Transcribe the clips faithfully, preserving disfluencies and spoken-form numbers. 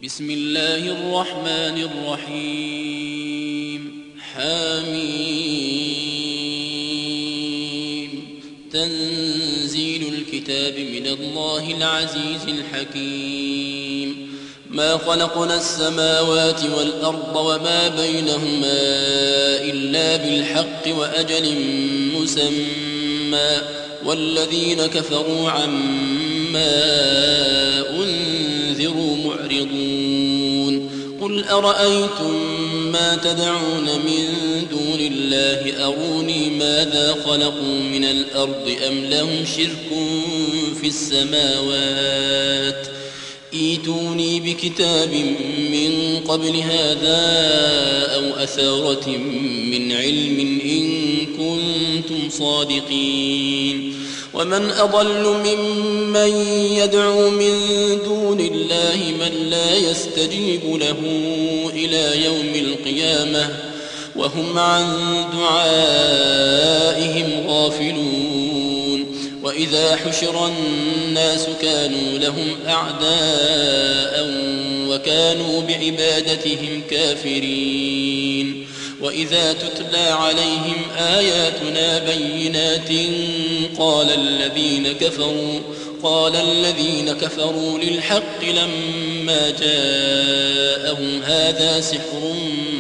بسم الله الرحمن الرحيم. حميم. تنزيل الكتاب من الله العزيز الحكيم. ما خلقنا السماوات والأرض وما بينهما إلا بالحق وأجل مسمى والذين كفروا عما أنذروا معرضون. قل أرأيتم ما تدعون من دون الله أروني ماذا خلقوا من الأرض أم لهم شرك في السماوات ائتوني بكتاب من قبل هذا أو أثارة من علم إن كنتم صادقين. ومن أضل ممن يدعو من دون الله من لا يستجيب له إلى يوم القيامة وهم عن دعائهم غافلون. وإذا حشر الناس كانوا لهم أعداء وكانوا بعبادتهم كافرين. وإذا تتلى عليهم آياتنا بينات قال الذين كفروا قال الذين كفروا للحق لما جاءهم هذا سحر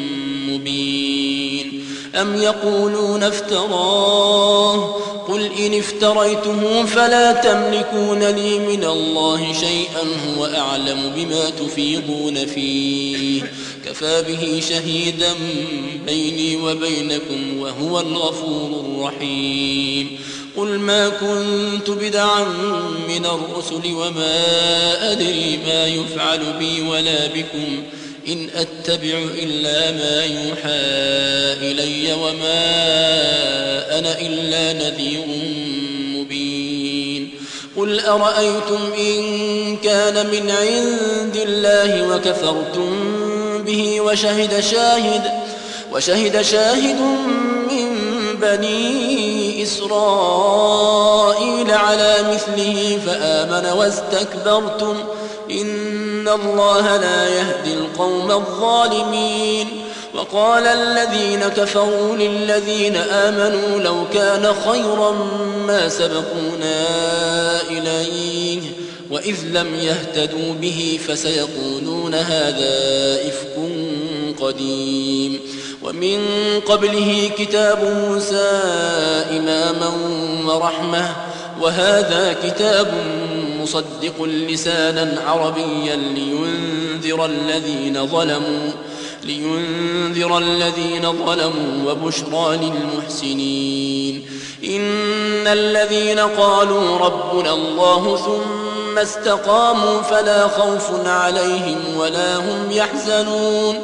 مبين. أم يقولون افتراه قل إن افتريته فلا تملكون لي من الله شيئا هو أعلم بما تفيضون فيه كفى به شهيدا بيني وبينكم وهو الغفور الرحيم. قل ما كنت بدعا من الرسل وما أدري ما يفعل بي ولا بكم إن أتبع إلا ما يوحى إلي وما أنا إلا نذير مبين. قل أرأيتم إن كان من عند الله وكفرتم به وشهد شاهد وشهد شاهد من بني إسرائيل على مثله فآمن واستكبرتم إن الله لا يهدي القوم الظالمين. وقال الذين كفروا للذين آمنوا لو كان خيرا ما سبقونا إليه وإذ لم يهتدوا به فسيقولون هذا إفك قديم. ومن قبله كتاب موسى إماما ورحمة وهذا كتاب مصدق لسانا عربيا لينذر الذين ظلموا لينذر الذين ظلموا وبشرى للمحسنين. إن الذين قالوا ربنا الله ثم استقاموا فلا خوف عليهم ولا هم يحزنون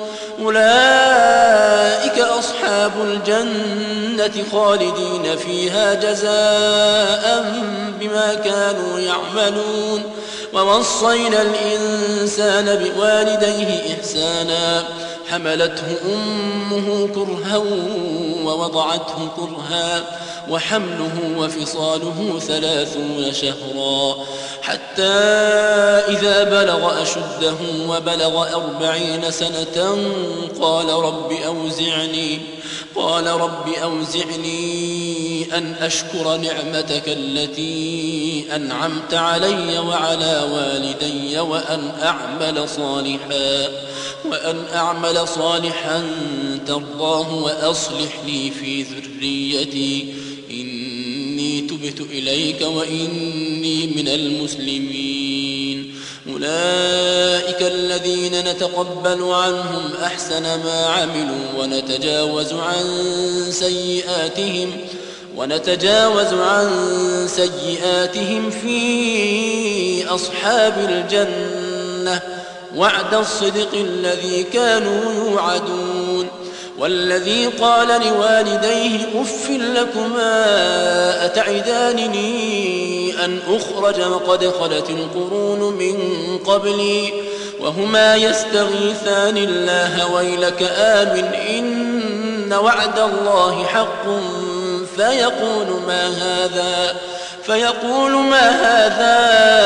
أولئك أصحاب الجنة خالدين فيها جزاء بما كانوا يعملون. ووصينا الإنسان بوالديه إحسانا حملته أمه كرها ووضعته كرها وحمله وفصاله ثلاثون شهرا حتى إذا بلغ أشده وبلغ أربعين سنة قال رب أوزعني قال رب أوزعني أن أشكر نعمتك التي أنعمت علي وعلى والدي وأن أعمل صالحا وأن أعمل صالحا ترضاه وأصلح لي في ذريتي إني تبت إليك وإني من المسلمين. أولئك الذين نتقبل عنهم أحسن ما عملوا ونتجاوز عن سيئاتهم ونتجاوز عن سيئاتهم في أصحاب الجنة وعد الصدق الذي كانوا يوعدون. والذي قال لوالديه أف لكما أتعدانني أن أخرج وقد خلت القرون من قبلي وهما يستغيثان الله ويلك آمن إن وعد الله حق فيقول ما هذا فيقول ما هذا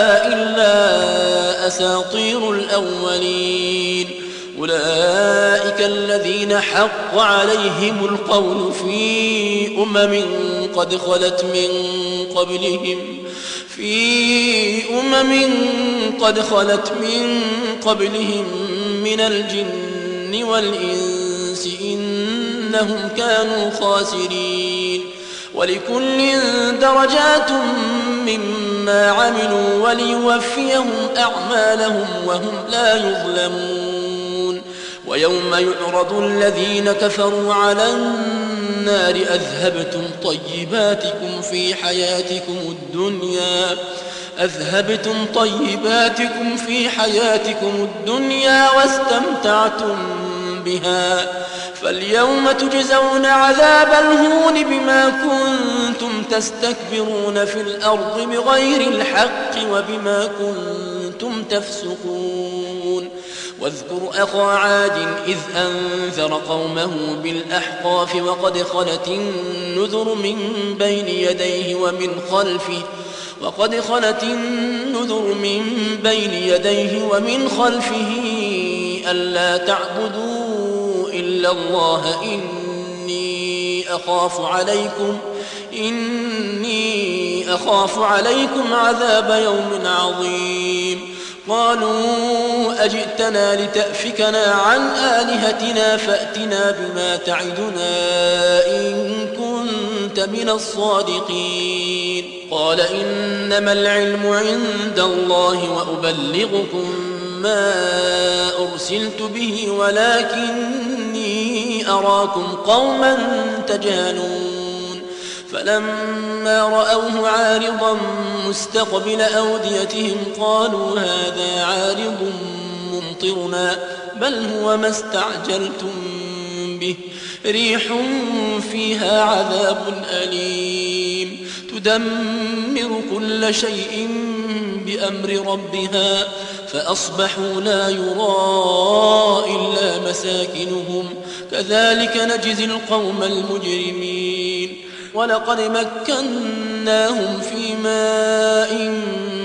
إلا أساطير الأولين. أولئك الذين حق عليهم القول في أمم قد خلت من قبلهم في أمم قد خلت من قبلهم من الجن والإنس إنهم كانوا خاسرين. ولكل درجات مما عملوا وليوفيهم أعمالهم وهم لا يظلمون. ويوم يعرض الذين كفروا على النار أذهبتم طيباتكم في حياتكم الدنيا أذهبتم طيباتكم في حياتكم الدنيا واستمتعتم بها فاليوم تجزون عذاب الهون بما كنتم تستكبرون في الأرض بغير الحق وبما كنتم تفسقون. واذكر أخا عاد إذ أنذر قومه بالأحقاف وقد خلت النذر من بين يديه ومن خلفه وقد خلت النذر من بين يديه ومن خلفه ألا تعبدوا إلا الله إني أخاف عليكم إني أخاف عليكم عذاب يوم عظيم. قالوا أجئتنا لتأفكنا عن آلهتنا فأتنا بما تعدنا إن كنت من الصادقين. قال إنما العلم عند الله وأبلغكم ما أرسلت به ولكني أراكم قوما تجهلون. فلما رأوه عارضا مستقبل أوديتهم قالوا هذا عارض ممطرنا بل هو ما استعجلتم به ريح فيها عذاب أليم تدمر كل شيء بأمر ربها فأصبحوا لا يرى إلا مساكنهم كذلك نجزي القوم المجرمين. ولقد مكناهم في ماء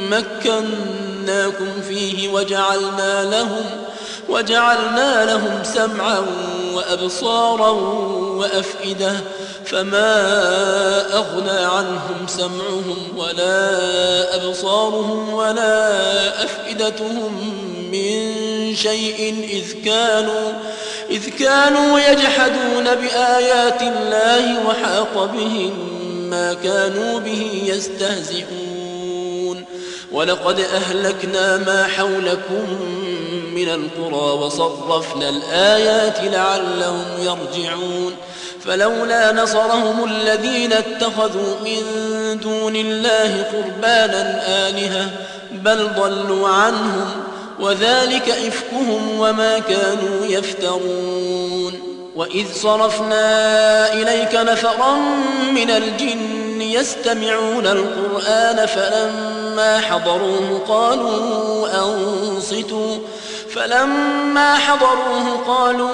مكناكم فيه وجعلنا لهم وجعلنا لهم سمعا وأبصارا وأفئدة فما أغنى عنهم سمعهم ولا أبصارهم ولا أفئدتهم من شيء إذ كانوا إذ كانوا يجحدون بآيات الله وحاق بهم ما كانوا به يستهزئون. ولقد أهلكنا ما حولكم من القرى وصرفنا الآيات لعلهم يرجعون. فلولا نصرهم الذين اتخذوا من دون الله قربانا آلهة بل ضلوا عنهم وذلك إفكهم وما كانوا يفترون. وإذ صرفنا إليك نفرا من الجن يستمعون القرآن فلما حضروه قالوا أنصتوا فلما حضروه قالوا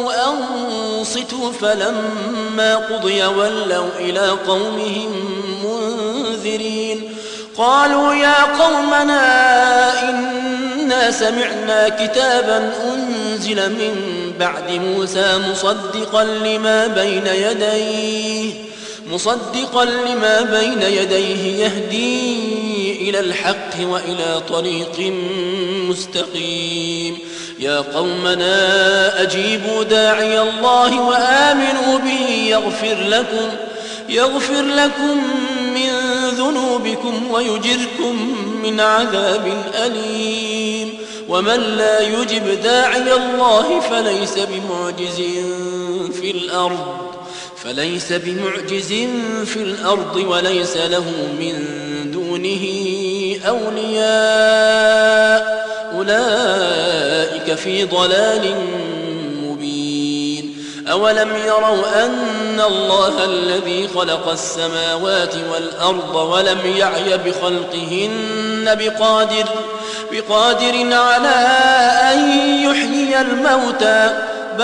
أنصتوا فلما قضي ولوا إلى قومهم منذرين. قالوا يا قومنا إنا سمعنا كتابا أنزل من بعد موسى مصدقا لما بين يديه مصدقا لما بين يديه يهدي إلى الحق وإلى طريق مستقيم. يا قومنا أجيبوا داعي الله وآمنوا به يغفر لكم يغفر لكم من ذنوبكم ويجركم من عذاب أليم. ومن لا يجب داعي الله فليس بمعجز في الأرض فليس بمعجز في الأرض وليس له من دونه أولياء أولئك في ضلال مبين. أولم يروا أن الله الذي خلق السماوات والأرض ولم يعي بخلقهن بقادر بقادر على أن يحيي الموتى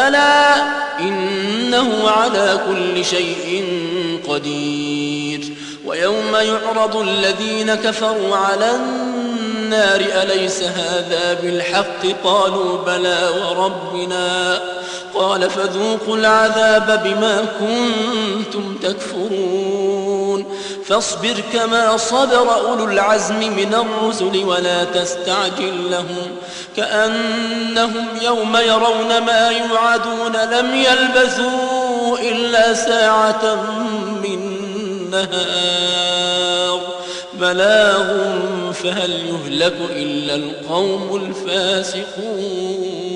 بلى إنه على كل شيء قدير. ويوم يعرض الذين كفروا على النار أليس هذا بالحق قالوا بلى وربنا قال فذوقوا العذاب بما كنتم تكفرون فاصبر كما صبر أولو العزم من الرسل ولا تستعجل لهم كأنهم يوم يرون ما يوعدون لم يلبثوا إلا ساعة من نهار بلاغ فهل يهلك إلا القوم الفاسقون.